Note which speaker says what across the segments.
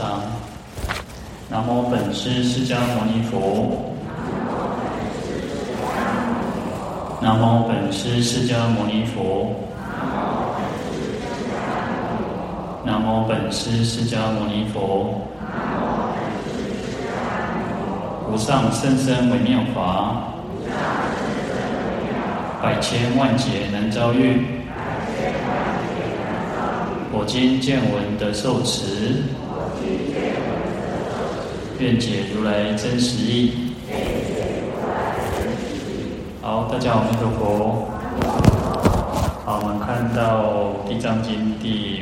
Speaker 1: 上。南无本师释迦牟尼佛。南无本师释迦牟尼佛。南无本师释迦牟尼佛。无上甚深微妙法，百千万劫难遭遇。我今见闻得受持，愿解如来真实义。好，大家好，阿弥陀佛。好，我们看到《地藏经》第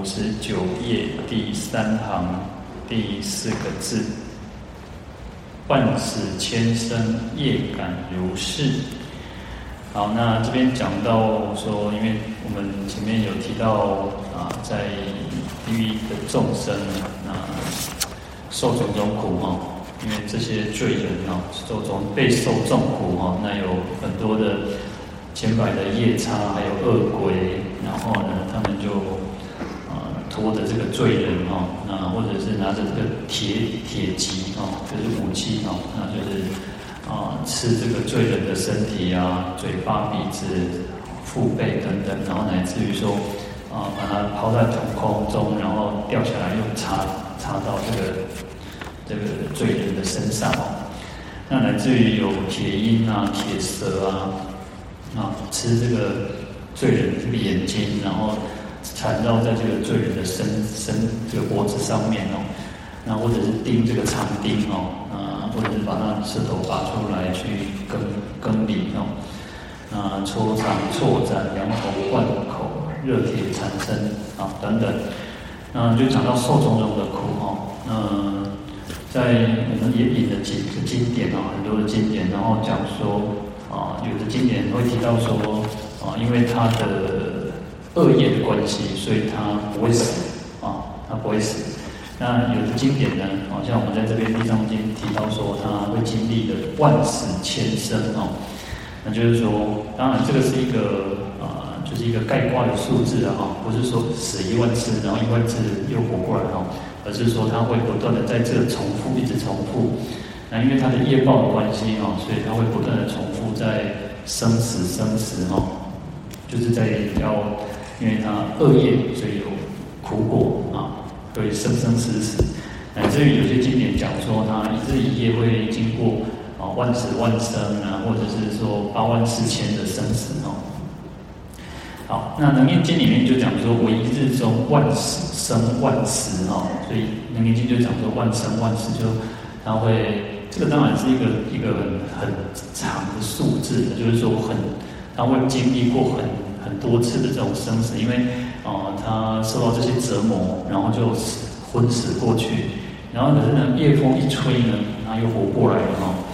Speaker 1: 59页第3行第4个字：万死千生，业感如是。好，那这边讲到说，因为我们前面有提到在地狱的众生受种种苦因为这些罪人备受重苦那有很多的千百的夜叉，还有恶鬼，然后呢，他们就拖着这个罪人或者是拿着这个铁戟就是武器那就是吃这个罪人的身体嘴巴、鼻子、腹背等等，然后乃至于说把它抛在土空中，然后掉下来又插到这个罪人的身上那乃至于有铁鹰铁蛇吃这个罪人的这个眼睛，然后缠绕在这个罪人的这个脖子上面那或者是钉这个长钉或者是把他舌头拔出来去耕犁搓肠错斩，羊头灌口，热铁缠身等等，就讲到受种种的苦在我们也引了几个经典很多的经典，然后讲说有的经典会提到说因为他的恶业的关系，所以他不会死他不会死。那有的经典呢，像我们在这边《地藏经》提到说，他会经历的万死千生那就是说，当然这个是一个就是一个概括的数字不是说死1万次，然后1万次又活过来而是说他会不断的在这个重复，一直重复。那因为他的业报的关系所以他会不断的重复在生死就是在因为他恶业，所以有苦果所以生生死死，乃至于有些经典讲说，他一日一夜会经过万死万生或者是说84000的生死好，那《能严经》里面就讲说，为一日中万死生万死所以《能严经》就讲说万生万死，就他会这个当然是一个很长的数字，就是说他会经历过很多次的这种生死，因为他受到这些折磨，然后就昏死过去，然后可是呢，夜风一吹呢，他又活过来了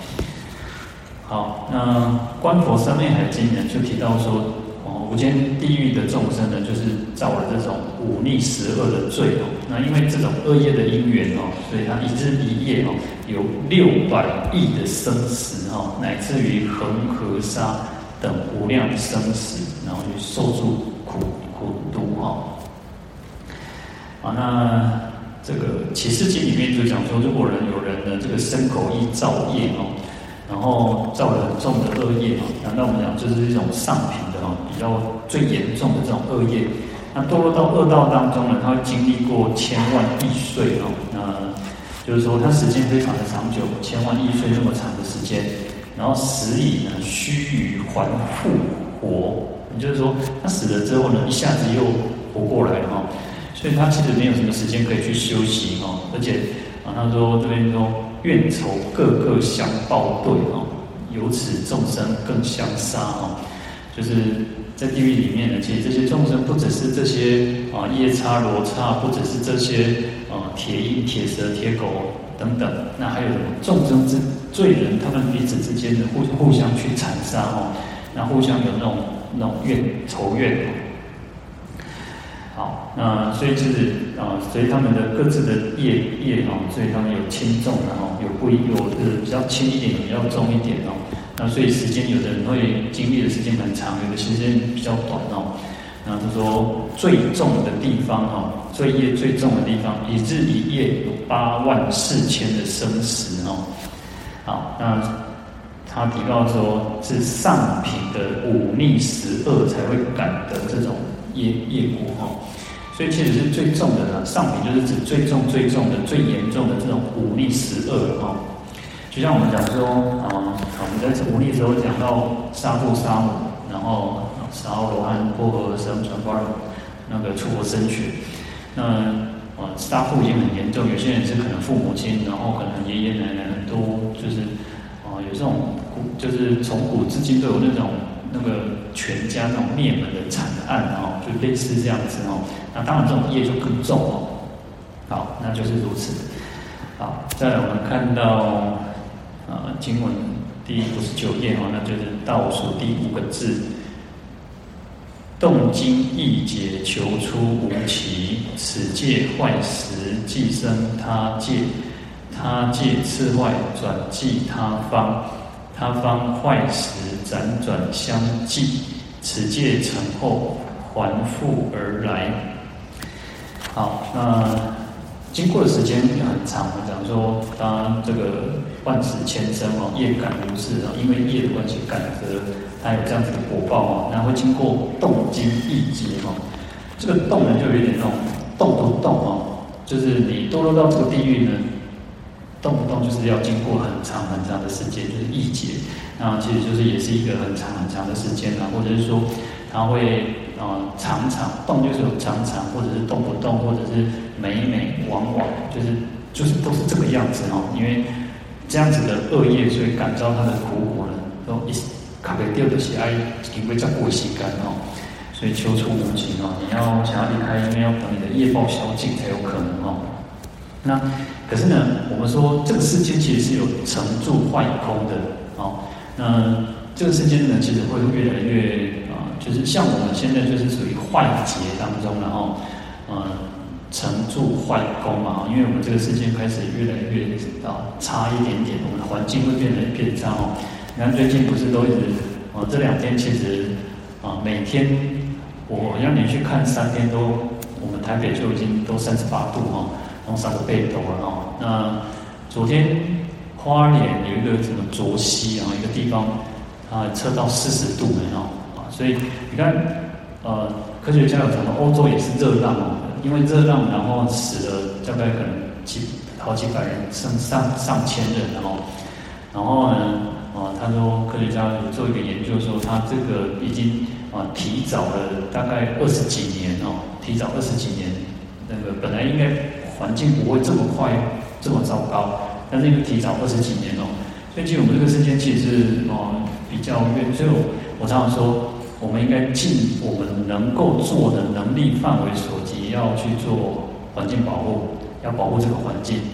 Speaker 1: 好，那观佛三昧海经呢，就提到说，无间地狱的众生呢，就是造了这种忤逆十恶的罪那因为这种恶业的因缘所以他一日一夜有600亿的生死乃至于恒河沙等无量生死，然后去受住苦毒那这个启示经里面就讲说，如果有人的这个身口意造业然后造了很重的恶业那我们讲就是一种上品的比较最严重的这种恶业，那堕落到恶道当中呢，他会经历过千万亿岁那就是说他时间非常的长久，千万亿岁那么长的时间，然后死以须臾还复活，也就是说他死了之后呢，一下子又活过来了所以他其实没有什么时间可以去休息而且他说这边说怨仇个个相报对由此众生更相杀就是在地狱里面呢，其实这些众生不只是这些夜叉罗刹，不只是这些铁鹰、铁蛇、铁狗等等，那还有什么众生之罪人，他们彼此之间的互相去残杀那互相有那种仇怨好，那所以就是所以他们的各自的业所以他们有轻重有的比较轻一点，有比较重一点那所以时间有的人会经历的时间很长，有的时间比较短然后就说最重的地方哈，罪业最重的地方，一日一夜有84000的生死哦。好，那他提到说是上品的忤逆12才会感的这种业果哈。所以其实是最重的啦，上品就是指最重的、最严重的这种忤逆12哈。就像我们讲说，我们在忤逆的时候讲到杀父杀母，然后杀罗汉、波罗僧、传法鲁那个出佛身血。那杀父已经很严重，有些人是可能父母亲，然后可能爷爷奶奶很多，就是有这种就是从古至今都有那个全家那种灭门的惨案哦，就类似这样子哦。那当然这种业就更重哦。好，那就是如此。好，再来我们看到经文第59页哦，那就是倒数第5个字：动经意解，求出无期。此界坏时，即生他界；他界次坏，转即他方；他方坏时，辗转相继。此界成后，还复而来。好，那经过的时间很长，我们讲说，当这个万死千生哦，业感如是啊，因为业的关系感得，它有这样子的果报哦，然后会经过动经意劫哦。这个动呢，就有点那种动不动哦，就是你堕落到这个地狱呢，动不动就是要经过很长的时间，就是意劫。那其实就是也是一个很长的时间啊，或者是说它会常动就是有常，或者是动不动，或者是每往，就是都是这个样子哦。因为这样子的恶业，所以感召他的苦果呢，都一卡被掉的是爱因为照顾时间哦，所以求出无情哦。你要想要离开，因为要等你的业报消尽才有可能哦。那可是呢，我们说这个世间其实是有成住坏空的哦。那这个世间呢，其实会越来越就是像我们现在就是属于坏劫当中，然后成住坏空嘛，因为我们这个世界开始越来越差一点点，我们的环境会变得变差哦。你看最近不是都一直这2天其实每天我要连续看3天都，我们台北就已经都38度哈，然后3个背头了哈。那昨天花莲有一个什么卓溪一个地方测到40度没有所以你看科学家有讲到欧洲也是热浪因为热浪然后死了大概可能好几百人，上千人然后呢他说科学家有做一个研究说他这个已经提早了大概20几年提早20几年，那个本来应该环境不会这么快这么糟糕，但是因为提早20几年所以其实我们这个世界其实是比较所以我常常说，我们应该尽我们能够做的能力范围所及，要去做环境保护，要保护这个环境。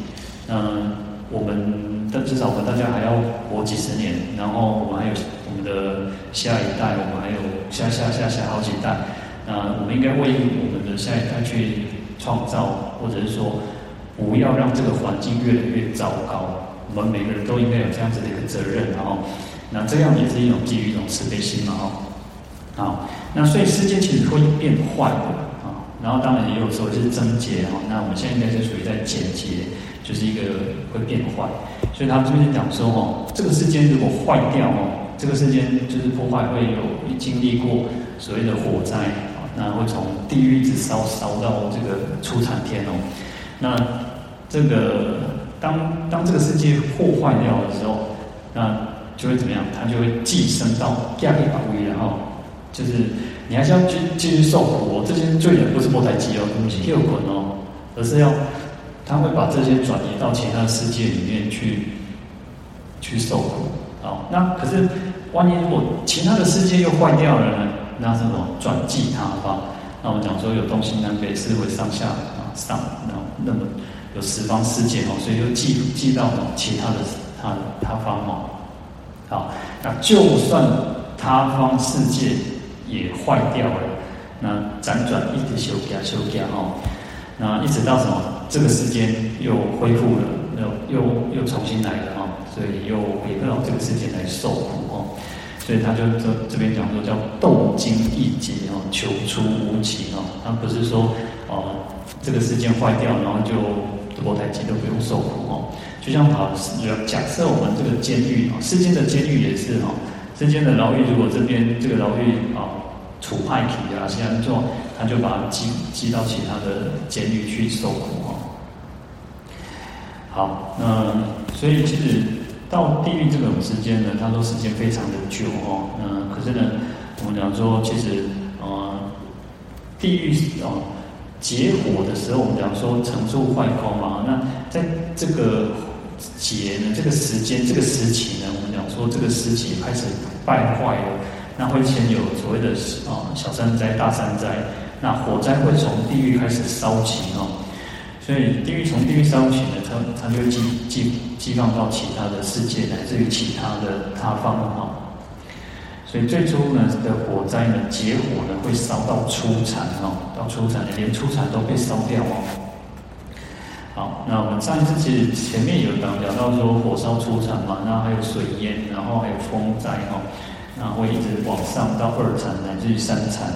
Speaker 1: 至少我们大家还要活几十年，然后我们还有我们的下一代，我们还有下好几代。我们应该为我们的下一代去创造，或者是说，不要让这个环境越来越糟糕。我们每个人都应该有这样子的一个责任，那这样也是一种基于一种慈悲心嘛，好，那所以世界其实会变坏的然后当然也有时候是增劫那我们现在应该是属于在减劫，就是一个会变坏，所以他们这边讲说这个世间如果坏掉这个世间就是破坏会有经历过所谓的火灾那会从地狱一直烧到这个出产天那这个当这个世界破坏掉的时候，那就会怎么样？它就会寄生到第二个法位，然后就是你还是要继续受苦这些罪人不是末代基不是诱滚而是他会把这些转移到其他的世界里面去受苦那可是万一如果其他的世界又坏掉了呢？那什么转寄他方？那我们讲说有东西南北四维上下那么有10方世界所以就寄到其他的他方好，那就算他方世界也坏掉了，那辗转一直修加那一直到什么这个世间又恢复了，又重新来了所以又回到这个世界来受苦所以他就这边讲说叫斗经一劫哦，求出无期哦，他不是说这个世界坏掉，然后就多台机都不用受苦哦。就像假设我们这个监狱世间的监狱也是世间的牢狱，如果这边这个牢狱处派体啊，现在做他就把它寄到其他的监狱去受苦好，那所以其实到地狱这种时间呢，他说时间非常的久可是呢，我们讲说其实地狱结火的时候，我们讲说成住坏空嘛。那在这个劫呢，这个时间，这个时期呢，我们讲说这个时期开始败坏了，那会先有所谓的小山灾、大山灾，那火灾会从地狱开始烧起所以从地狱烧起呢，它就会激放到其他的世界，乃至于其他的他方所以最初呢的火灾呢，结火呢会烧到出产到出产，连出产都被烧掉好，那我们上一次其实前面有聊到说火烧出产嘛，那还有水淹，然后还有风灾那会一直往上到二产乃至于三产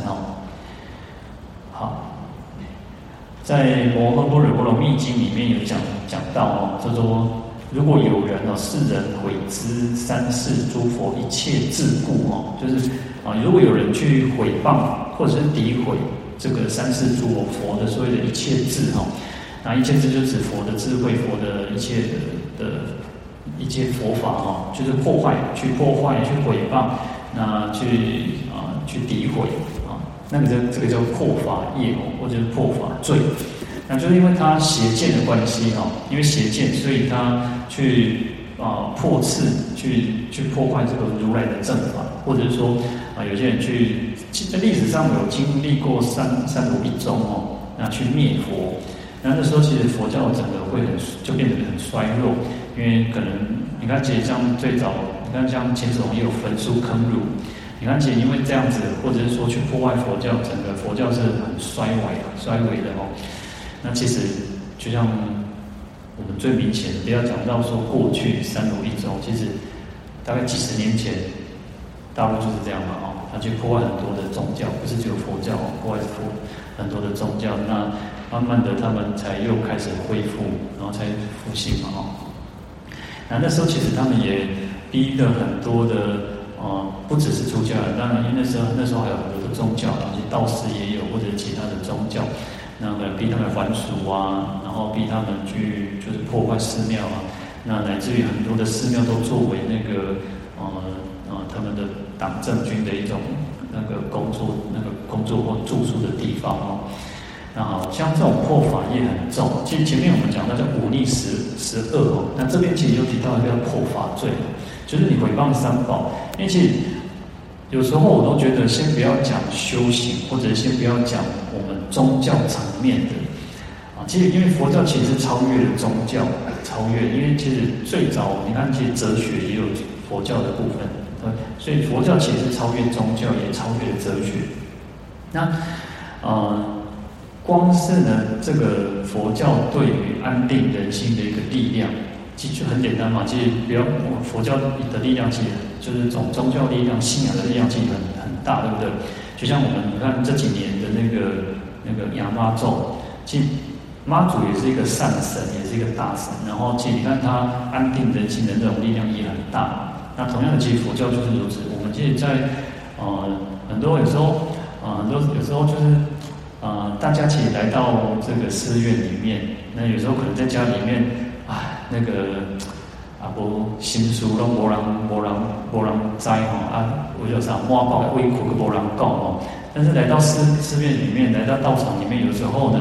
Speaker 1: 好，在《摩诃般若波罗蜜经》里面有讲到叫做如果有人世人毁之三世诸佛一切桎梏就是如果有人去毁谤或者是诋毁这个三世诸佛的所有的一切智那一切智就指佛的智慧，佛的一切的一切佛法就是去破坏、去毁谤，那去诋毁那个这个叫破法业或者是破法罪。那就是因为他邪见的关系因为邪见，所以他去破次去破坏这个如来的正法，或者是说有些人在历史上有经历过三如一宗那去灭佛。那时候其实佛教整个就变得很衰弱，因为可能你看，其实像最早，你看像秦始皇也有焚书坑儒，你看其实因为这样子，或者是说去破坏佛教，整个佛教是很衰微的那其实就像我们最明显的，不要讲到说过去三如一宗，其实大概几十年前，大陆就是这样他去破坏很多的宗教，不是只有佛教破坏很多的宗教，那慢慢的他们才又开始恢复，然后才复兴那时候其实他们也逼了很多的不只是出家人，当然因为那时候还有很多的宗教，道士也有，或者是其他的宗教，那么逼他们还俗然后逼他们去就是破坏寺庙那乃至于很多的寺庙都作为那个他们的党政军的一种那个工作或住宿的地方那好像这种破法业很重，其实前面我们讲到叫忤逆12那这边其实就提到一个破法罪就是你毁谤三宝。因为其实有时候我都觉得，先不要讲修行，或者先不要讲我们宗教层面的其实因为佛教其实是超越了宗教，因为其实最早你看，其实哲学也有佛教的部分，所以佛教其实是超越宗教，也超越了哲学。那光是呢，这个佛教对于安定人心的一个力量，其实就很简单嘛。其实不要佛教的力量，其实就是这种宗教力量、信仰的力量，其实很大，对不对？就像我们你看这几年的那个亚妈咒，其实妈祖也是一个善神，也是一个大神。然后其实你看他安定人心的这种力量也很大。那同样的，其实佛教就是如此。我们其实在很多有时候就是大家其实来到这个寺院里面，那有时候可能在家里面那个无心事拢无人知我有啥满包的委屈都无人讲但是来到寺院里面，来到道场里面，有时候呢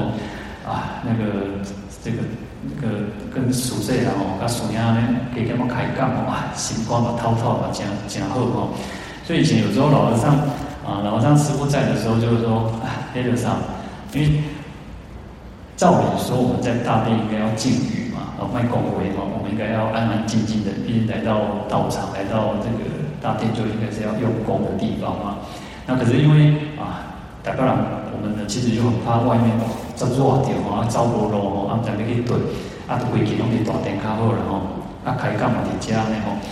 Speaker 1: 这个跟属世人甲属兄呢，给他们开讲心肝嘛滔滔嘛，真好所以以前有时候老和尚师父在的时候，就是说那个啥，因为照理说我们在大殿应该要敬语嘛，卖恭维我们应该要安安静静的，毕竟来到道场，来到这个大殿就应该是要用功的地方嘛。那可是因为大家人我们呢，其实就很怕外面热掉走无路不知要去对，都规矩拢伫大殿较好啦开讲嘛伫遮呢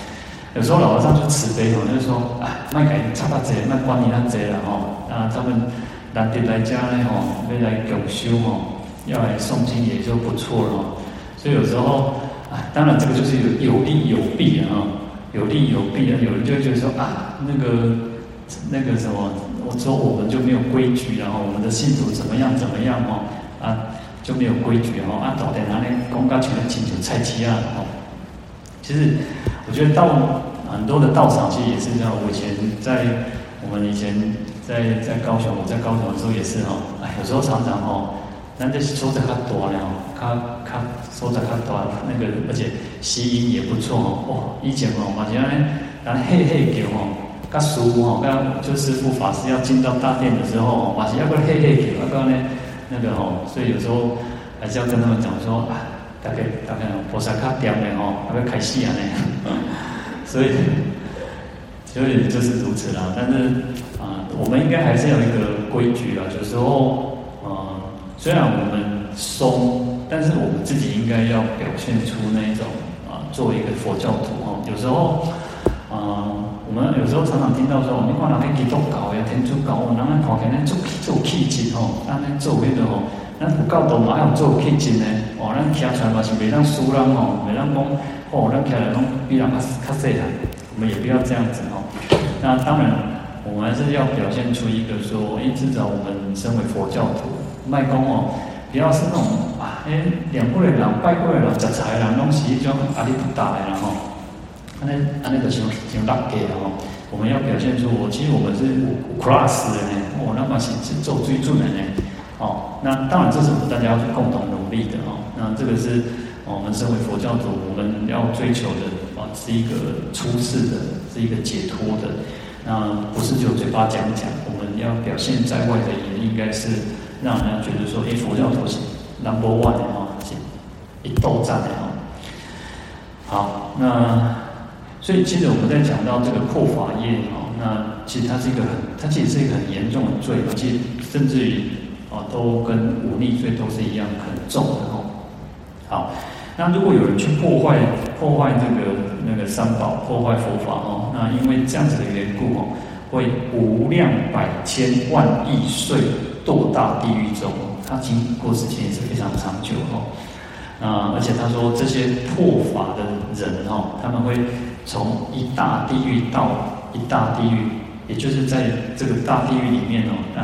Speaker 1: 有时候老和尚就慈悲哦，就是说啊，卖给差不多，卖管你那多了哦。那他们难得来家呢哦，要来共修哦，要来诵经也就不错了哦。所以有时候啊，当然这个就是有利有弊啊，有利有弊啊。有人就会觉得说啊，那个什么，我说我们就没有规矩，然后我们的信徒怎么样哦啊，就没有规矩哦啊，到底哪里公告全请求菜鸡啊哦。其实我觉得到很多的道场其实也是这样。我们以前在高雄，我在高雄的时候也是哦，哎，有时候常常哦，咱这收着较大了哦，较收着较大那个，而且吸音也不错哦。以前哦，嘛是安尼，咱嘿嘿叫哦。甲师傅吼，就师父法师要进到大殿的时候，嘛是要个嘿嘿叫，那个吼，所以有时候还是要跟他们讲说啊，大概菩萨较点的吼，要开始啊呢，所以就是如此啦。但是我们应该还是有一个规矩啦。有时候虽然我们松，但是我们自己应该要表现出那一种作为一个佛教徒哦，有时候。我们有时候常常听到说，你看人家基督教呀、天主教，人家看起来做气质吼，咱咧做迄个吼，咱佛教徒嘛要做气质呢。哦，咱徛出来嘛是袂当输人吼，袂当讲哦，咱徛来拢比人较细汉，我们也不要这样子吼。那当然，我们还是要表现出一个说，至少我们身为佛教徒，卖讲哦，不要是那种两过的人、拜过的人、食菜的人，拢是一种压力不大的啦吼。那个像拉给哦，我们要表现出其实我们是有 class 的呢，那么是做最准的呢，哦，那当然这是我们大家要共同努力的哦。那这个是我们身为佛教徒，我们要追求的是一个出世的，是一个解脱的。那不是就嘴巴讲，我们要表现在外的也应该是让人家觉得说，佛教徒是 number one 的哈，是一斗战的哈。好，那。所以，其实我们在讲到这个破法业哦，那其实它其实是一个很严重的罪，而且甚至于都跟忤逆罪都是一样很重的哦。好，那如果有人去破坏那个三宝，破坏佛法哦，那因为这样子的缘故哦，会无量百千万亿岁堕大地狱中，它经过时间也是非常长久哦。而且他说这些破法的人哦，他们会从一大地狱到一大地狱，也就是在这个大地狱里面哦，那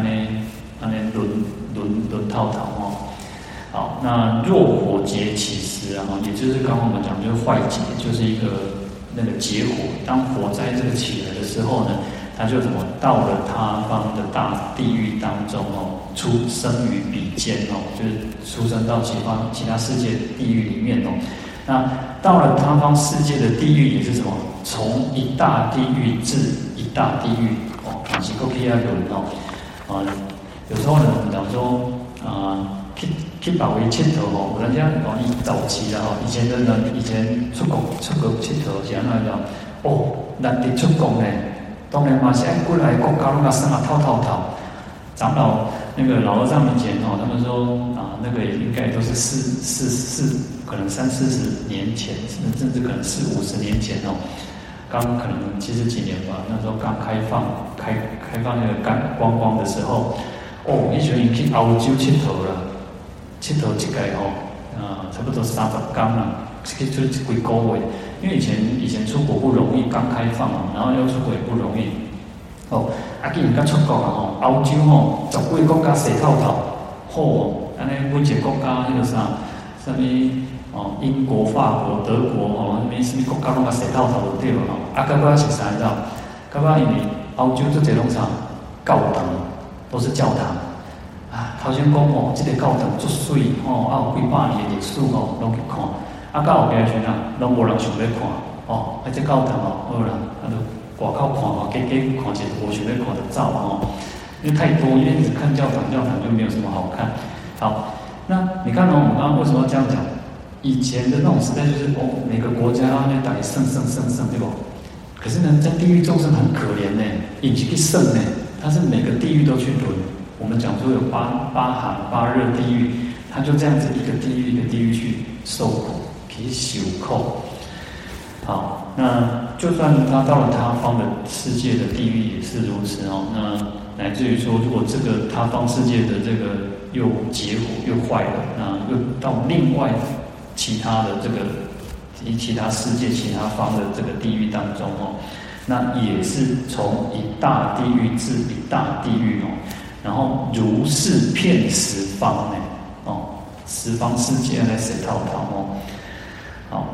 Speaker 1: 轮套哦。好，那若火劫起时啊，也就是刚刚我们讲就是坏劫，就是一个那个劫火。当火灾这个起来的时候呢，他就到了他方的大地狱当中哦，出生于彼间哦，就是出生到其他世界地狱里面哦。那到了他方世界的地狱也是什么？从一大地狱至一大地狱哦，是够可以啊有人哦。有时候呢，我们讲说去保卫佚佗哦，有人家伊早期的哦，以前的人以前出国佚佗是安怎讲？哦，难得出国呢。当然嘛，现在过来国家拢甲生啊套。长老那个老和尚以前哦，他们说那个应该都是可能30-40年前，甚至可能40-50年前哦，刚可能70几年吧，那时候刚开放那个观光的时候，哦，以前已经去欧洲佚佗了，佚佗一届哦，差不多30天啦，去几个月。因为以前出国不容易，刚开放嘛，然后要出国也不容易。既然甲出国啊欧洲10几个国家洗透透，安尼每一个国家那个啥物英国、法国、德国什么国家拢甲洗透透就对了到尾是啥知道？到尾因为欧洲这拢啥教堂，都是教堂头先讲这个教堂足水有几百年的历史拢去看。到后边时阵拢无人想要看这教堂好啦，就外口看加看一下，无想要看就走因为太多，因为只看教堂就没有什么好看。好，那你看我们刚刚为什么要这样讲？以前的那种时代就是每个国家那大家胜，对不？可是呢，在地狱众生很可怜呢，以及去胜呢，他是每个地狱都去轮。我们讲说有八寒八热地狱，他就这样子一个地狱一个地狱去受苦。去受苦， 好，那就算他到了他方的世界的地狱也是如此哦。那乃至于说，如果这个他方世界的这个又结火又坏了，那又到另外其他的这个其他世界、其他方的这个地狱当中哦，那也是从一大地狱至一大地狱哦，然后如是遍十方呢哦，十方世界来谁套套哦，好。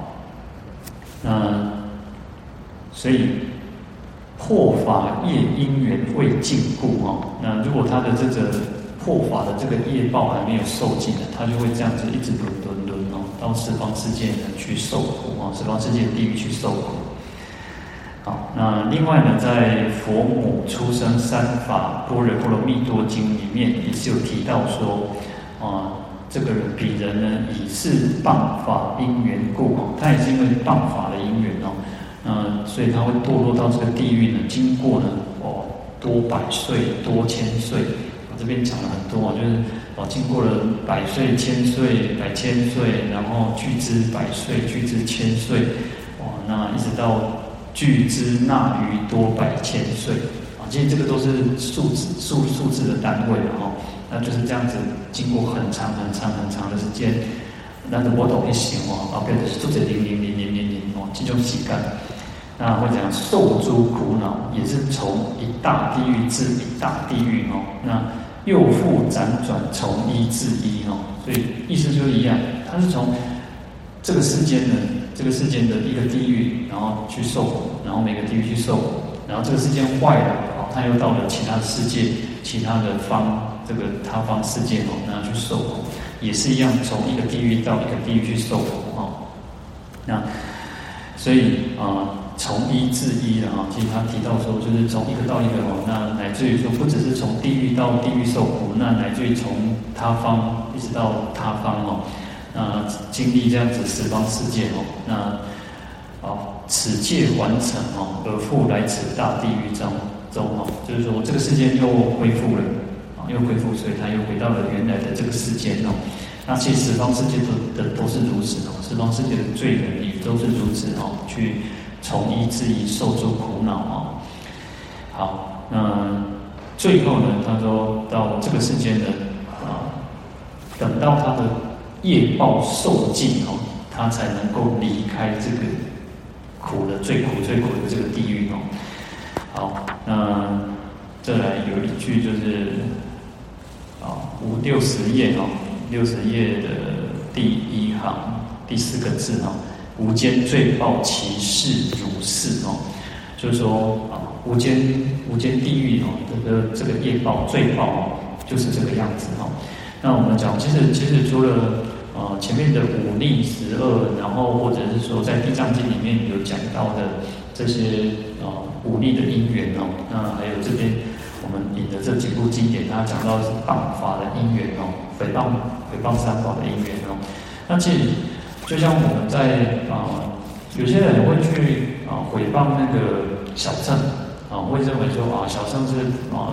Speaker 1: 所以破法业因缘未尽故哦，那如果他的这个破法的这个业报还没有受尽呢，他就会这样子一直轮哦，到十方世界呢去受苦哦，十方世界地狱去受苦。好，那另外呢，在佛母出生三法般若波罗蜜多经里面也是有提到说，这个彼人呢，已是谤法因缘故哦，他也是因为谤法的因缘哦，所以他会堕落到这个地狱呢，经过呢多百岁、多千岁，我这边讲了很多就是经过了百岁、千岁、百千岁，然后俱胝百岁、俱胝千岁，那一直到俱胝那余多百千岁啊，其实这个都是数字的单位了哈。那就是这样子，经过很长的时间，咱就无度去想后边就是做者零这种时间，那会讲受诸苦恼，也是从一大地狱至一大地狱哦，那又复辗转从一至一哦，所以意思就一样，它是从这个世间的一个地狱，然后去受苦，然后每个地狱去受苦，然后这个世间坏了，他又到了其他的世界，其他的这个他方世界那去受苦，也是一样，从一个地狱到一个地狱去受苦那所以从一至一的其实他提到说，就是从一个到一个那乃至于说，不只是从地狱到地狱受苦，那乃至于从他方一直到他方那经历这样子十方世界那此界完成而复来此大地狱中就是说这个世界又恢复了所以他又回到了原来的这个世间那其实十方世界都是如此十方世界的罪人也都是如此去从一至一受诸苦恼好，那最后呢，他说到这个世间呢等到他的业报受尽他才能够离开这个最苦的这个地狱好，那再来有一句就是60页60页的第一行第4个字无间罪报其事如是就是说无间地狱这个业报罪报就是这个样子那我们讲其实除了前面的五逆12，然后或者是说在地藏经里面有讲到的这些五逆的因缘那还有这边我们引的这几部经典，它讲到是谤法的因缘诽谤三宝的因缘那其实就像我们在有些人会去诽谤那个小乘会认为说小乘是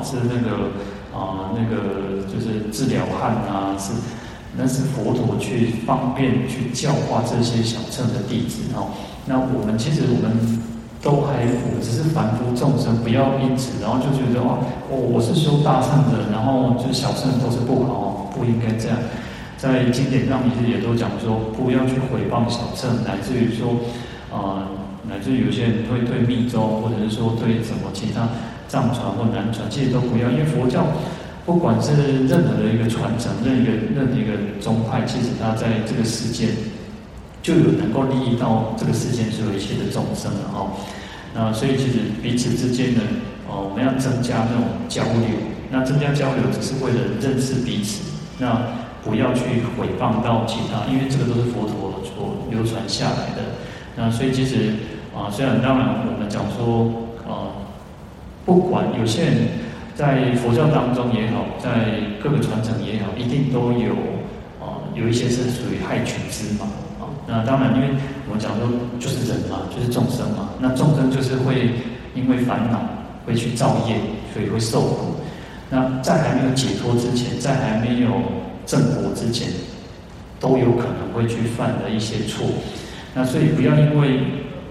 Speaker 1: 那个就是治疗汉那是佛陀去方便去教化这些小乘的弟子那我们其实我们只是凡夫众生，不要因此然后就觉得我是修大乘的，然后就是小乘都是不好不应该这样。在经典上也都讲说，不要去诽谤小乘，乃至于说乃至于有些人会对密宗，或者是说对什么其他藏传或南传，其实都不要，因为佛教不管是任何的一个传承，任何一个宗派，其实它在这个世间就有能够利益到这个世间所有一切的众生那所以其实彼此之间呢，我们要增加那种交流，那增加交流只是为了认识彼此，那不要去诽谤到其他，因为这个都是佛陀所流传下来的。那所以其实虽然当然我们讲说不管有些人在佛教当中也好，在各个传承也好，一定都有一些是属于害群之马那当然，因为我们讲说就是人嘛，就是众生嘛，那众生就是会因为烦恼会去造业，所以会受苦。那在还没有解脱之前，在还没有正果之前，都有可能会去犯的一些错。那所以不要因为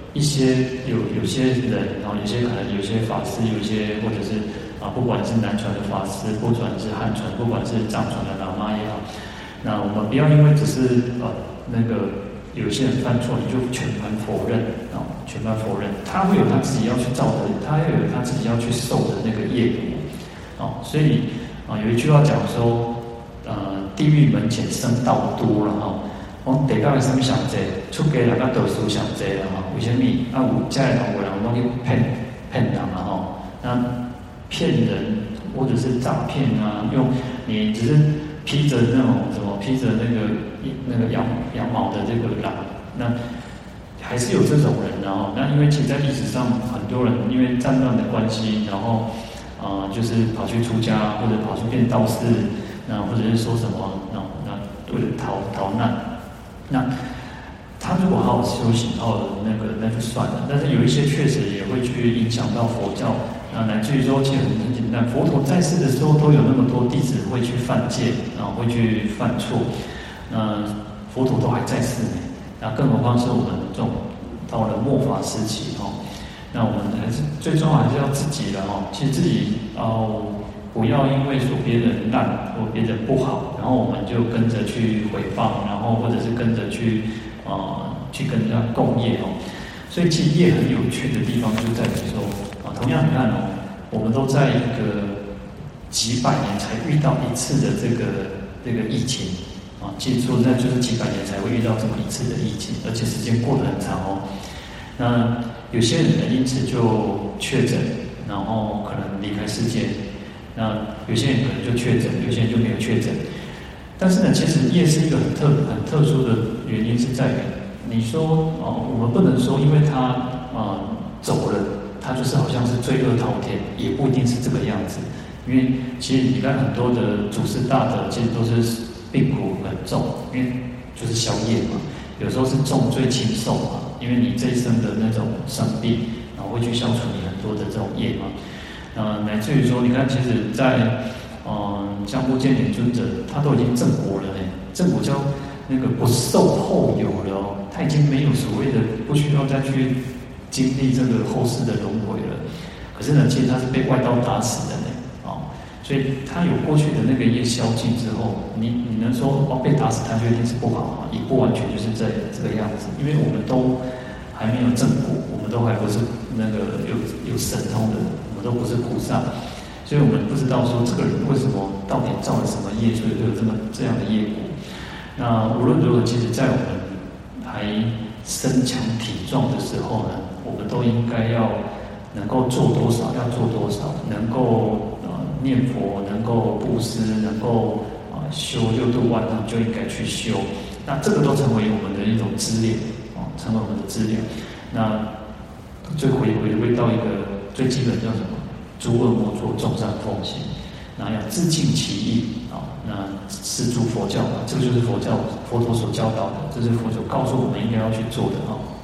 Speaker 1: 一些有些人，然后有些可能有些法师，有些或者是不管是南传的法师，不管是汉传，不管是藏传的喇嘛也好，那我们不要因为只是那个有些人犯错，你就全盘否认全盘否认，他会有他自己要去造的，他要有他自己要去受的那个业果所以有一句话讲说，地狱门前僧道多了我地道的什么上济，出家人道士上济了为什么有这样的人拢去骗人那骗人或者是诈骗用你只是披着那种披着那个羊毛的这个狼，那还是有这种人那因为其实在历史上很多人因为战乱的关系，然后就是跑去出家或者跑去变道士，或者是说什么那为了逃难，那他如果好好修行那就算了，但是有一些确实也会去影响到佛教乃至于说其实很简单，佛陀在世的时候都有那么多弟子会去犯戒会去犯错，佛陀都还在世呢，那更何况是我们这种到了末法时期那我们还是最重要还是要自己的其实自己不要因为说别人烂或别人不好，然后我们就跟着去诽谤，然后或者是跟着去跟人家共业所以其实业很有趣的地方就在于说同样你看我们都在一个几百年才遇到一次的这个疫情其实说实在就是几百年才会遇到这么一次的疫情，而且时间过得很长那有些人呢因此就确诊，然后可能离开世界，那有些人可能就确诊，有些人就没有确诊。但是呢，其实业是一个很特殊的原因，是在于你说我们不能说因为他走了，他就是好像是罪恶滔天，也不一定是这个样子。因为其实你看很多的祖师大德，其实都是病苦很重，因为就是消业嘛。有时候是重罪轻受嘛，因为你这一生的那种生病，然后会去消除你很多的这种业嘛。乃至于说，你看，其实在像目犍连尊者，他都已经证果了证果叫那个不受后有了他已经没有所谓的不需要再去经历这个后世的轮回了。可是呢，其实他是被外道打死的所以他有过去的那个业消尽之后，你能说被打死他就一定是不好也不完全就是这个样子，因为我们都还没有证果，我们都还不是那个有神通的，我们都不是菩萨，所以我们不知道说这个人为什么到底造了什么业，所以就有这样的业果。那无论如何，其实在我们还身强体壮的时候呢，我们都应该要能够做多少要做多少，能够念佛，能够布施，能够修六度万行，就应该去修。那这个都成为我们的一种资粮成为我们的资粮。那最回归到一个最基本叫什么？诸恶莫作，众善奉行。那要自尽其意那是诸佛教这个就是佛陀所教导的，这是佛所告诉我们应该要去做的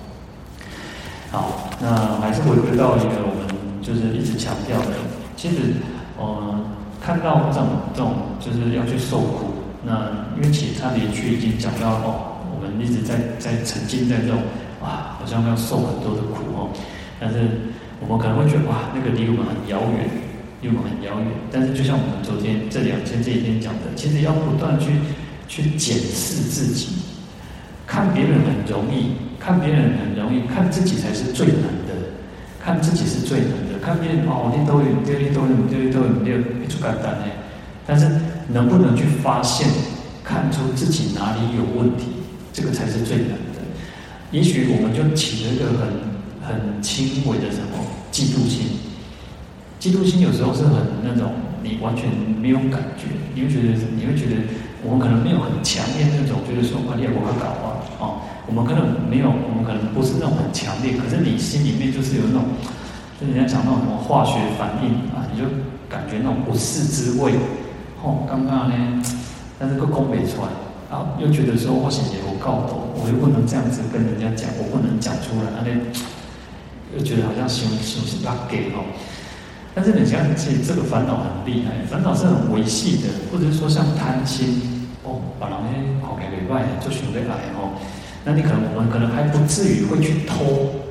Speaker 1: 好，那还是回归到一个我们就是一直强调的，其实看到这种就是要去受苦，那因为其实他连续已经讲到我们一直在沉浸在这种好像要受很多的苦但是我们可能会觉得那个离我们很遥远，离我们很遥远。但是就像我们昨天这一天讲的，其实要不断去检视自己，看别人很容易，看自己才是最难的，看自己是最难的。看别人你都有，就简单但是能不能去发现，看出自己哪里有问题，这个才是最难的。也许我们就起了一个很轻微的什么嫉妒心，嫉妒心有时候是很那种你完全没有感觉，你会觉得我们可能没有很强烈那种觉得说你也不会搞我们可能不是那种很强烈，可是你心里面就是有那种。就人家讲那种什么化学反应你就感觉那种不是滋味刚刚呢，但是又讲不出来又觉得说我是有告斗，我又不能这样子跟人家讲，我不能讲出来又觉得好像想拉给但是你想其实这个烦恼很厉害，烦恼是很维系的，或者是说像贪心把人好给外就想得来那我们可能还不至于会去偷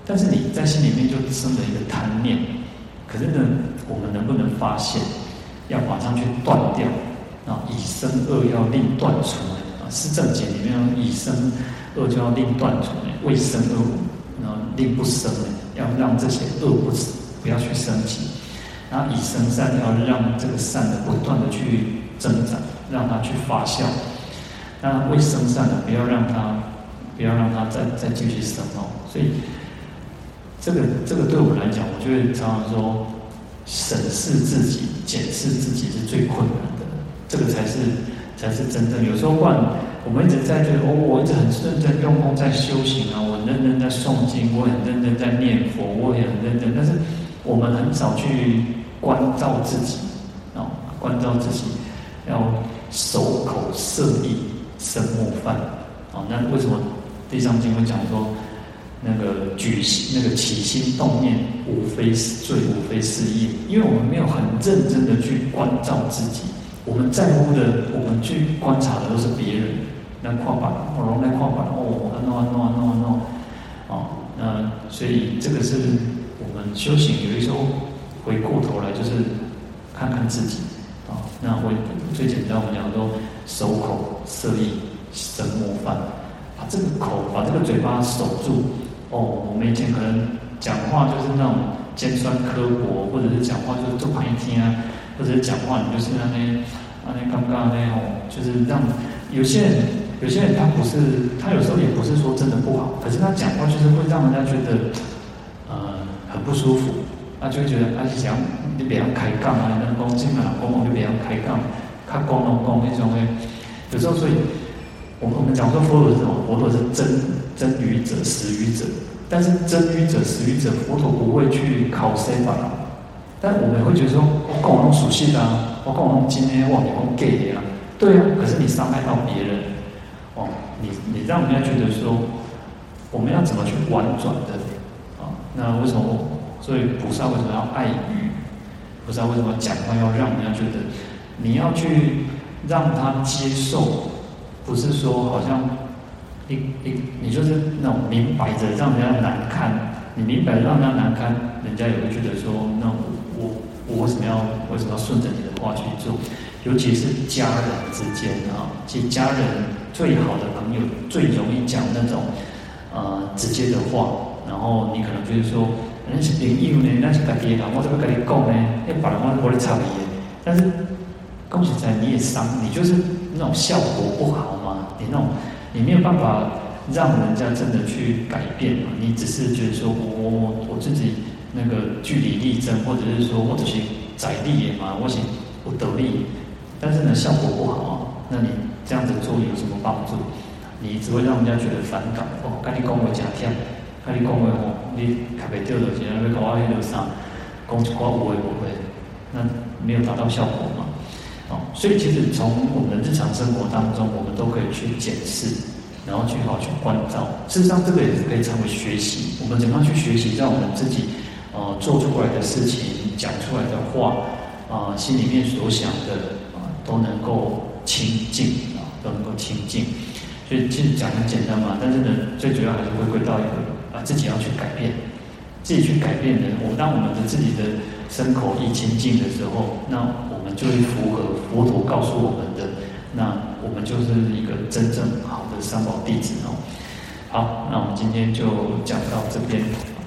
Speaker 1: 但是你在心里面就生了一个贪念，可是呢，我们能不能发现，要马上去断掉啊？以生恶要令断除啊，四正解里面以生恶就要令断除，未生恶然后令不生，要让这些恶不要去升起，然后以生善要让这个善的不断的去增长，让它去发酵。那未生善的不要让它再继续生哦。所以这个对我们来讲，我就会常常说，审视自己、检视自己是最困难的，这个才是真正。有时候我们一直在觉得我一直很认真用功在修行啊，我很认真在诵经，我很认真在念佛，我也很认真，但是我们很少去关照自己啊，关照自己要守口摄意生默犯啊。那为什么《地藏经》会讲说？那个起心动念，无非是罪，无非是业。因为我们没有很认真的去关照自己，我们在乎的，我们去观察的都是别人。那看板，我来看板，安那所以这个是我们修行有的时候回过头来，就是看看自己啊。那最简单，我们讲说守口摄意生默犯，把这个口，把这个嘴巴守住。我们以前可能讲话就是那种尖酸刻薄，或者是讲话就是做难听啊，或者是讲话你就是那刚刚那种，就是让有些人他有时候也不是说真的不好，可是他讲话就是会让人家觉得很不舒服，就会觉得是想你不要开杠啊，那讲这嘛讲就不要开杠，他讲那种有时候所以。我们讲说佛陀是什么？佛陀是真语者、实语者。但是真语者、实语者，佛陀不会去考谁吧？但我们会觉得说，我讲我弄属性啊，我讲我弄今天哇，你讲 gay 啊，对啊。可是你伤害到别人，你让人家觉得说，我们要怎么去婉转的啊？那为什么？所以菩萨为什么要爱语？菩萨为什么讲话要让人家觉得，你要去让他接受？不是说好像你就是那种明摆着让人家难堪，你明摆着让人家难堪，人家也会觉得说，那我为什么要顺着你的话去做？尤其是家人之间啊，其实家人最好的朋友最容易讲那种直接的话，然后你可能就是说，那是朋友呢，那是家己人，我怎么跟你讲呢？别人我在插你的，但是恭喜在你也伤，你就是那种效果不好嘛，你没有办法让人家真的去改变嘛，你只是觉得说我自己那个据理力争，或者是说我只是宰力嘛，我是不得力，但是呢效果不好啊，那你这样子做有什么帮助？你只会让人家觉得反感跟你讲话真忝，跟你讲话你卡袂到就是要搞我迄个啥，讲一寡有诶无诶，那没有达到效果嘛。所以其实从我们的日常生活当中，我们都可以去检视，然后去好好去关照。事实上，这个也是可以成为学习。我们怎么样去学习，让我们自己做出来的事情、讲出来的话心里面所想的都能够清净都能够清净。所以其实讲很简单嘛，但是呢，最主要还是回归到一个自己要去改变，自己去改变的。当我们的自己的身口意清净的时候，那我们就会符合佛陀告诉我们的，那我们就是一个真正好的三宝弟子哦。好，那我们今天就讲到这边。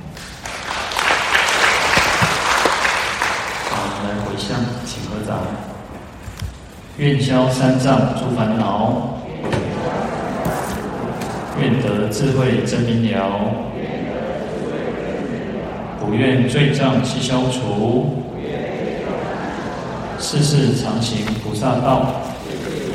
Speaker 1: 好，我们来回向，请合掌。愿消三障诸烦恼，愿得智慧真明了，不愿罪障悉消除，世世常行菩萨道。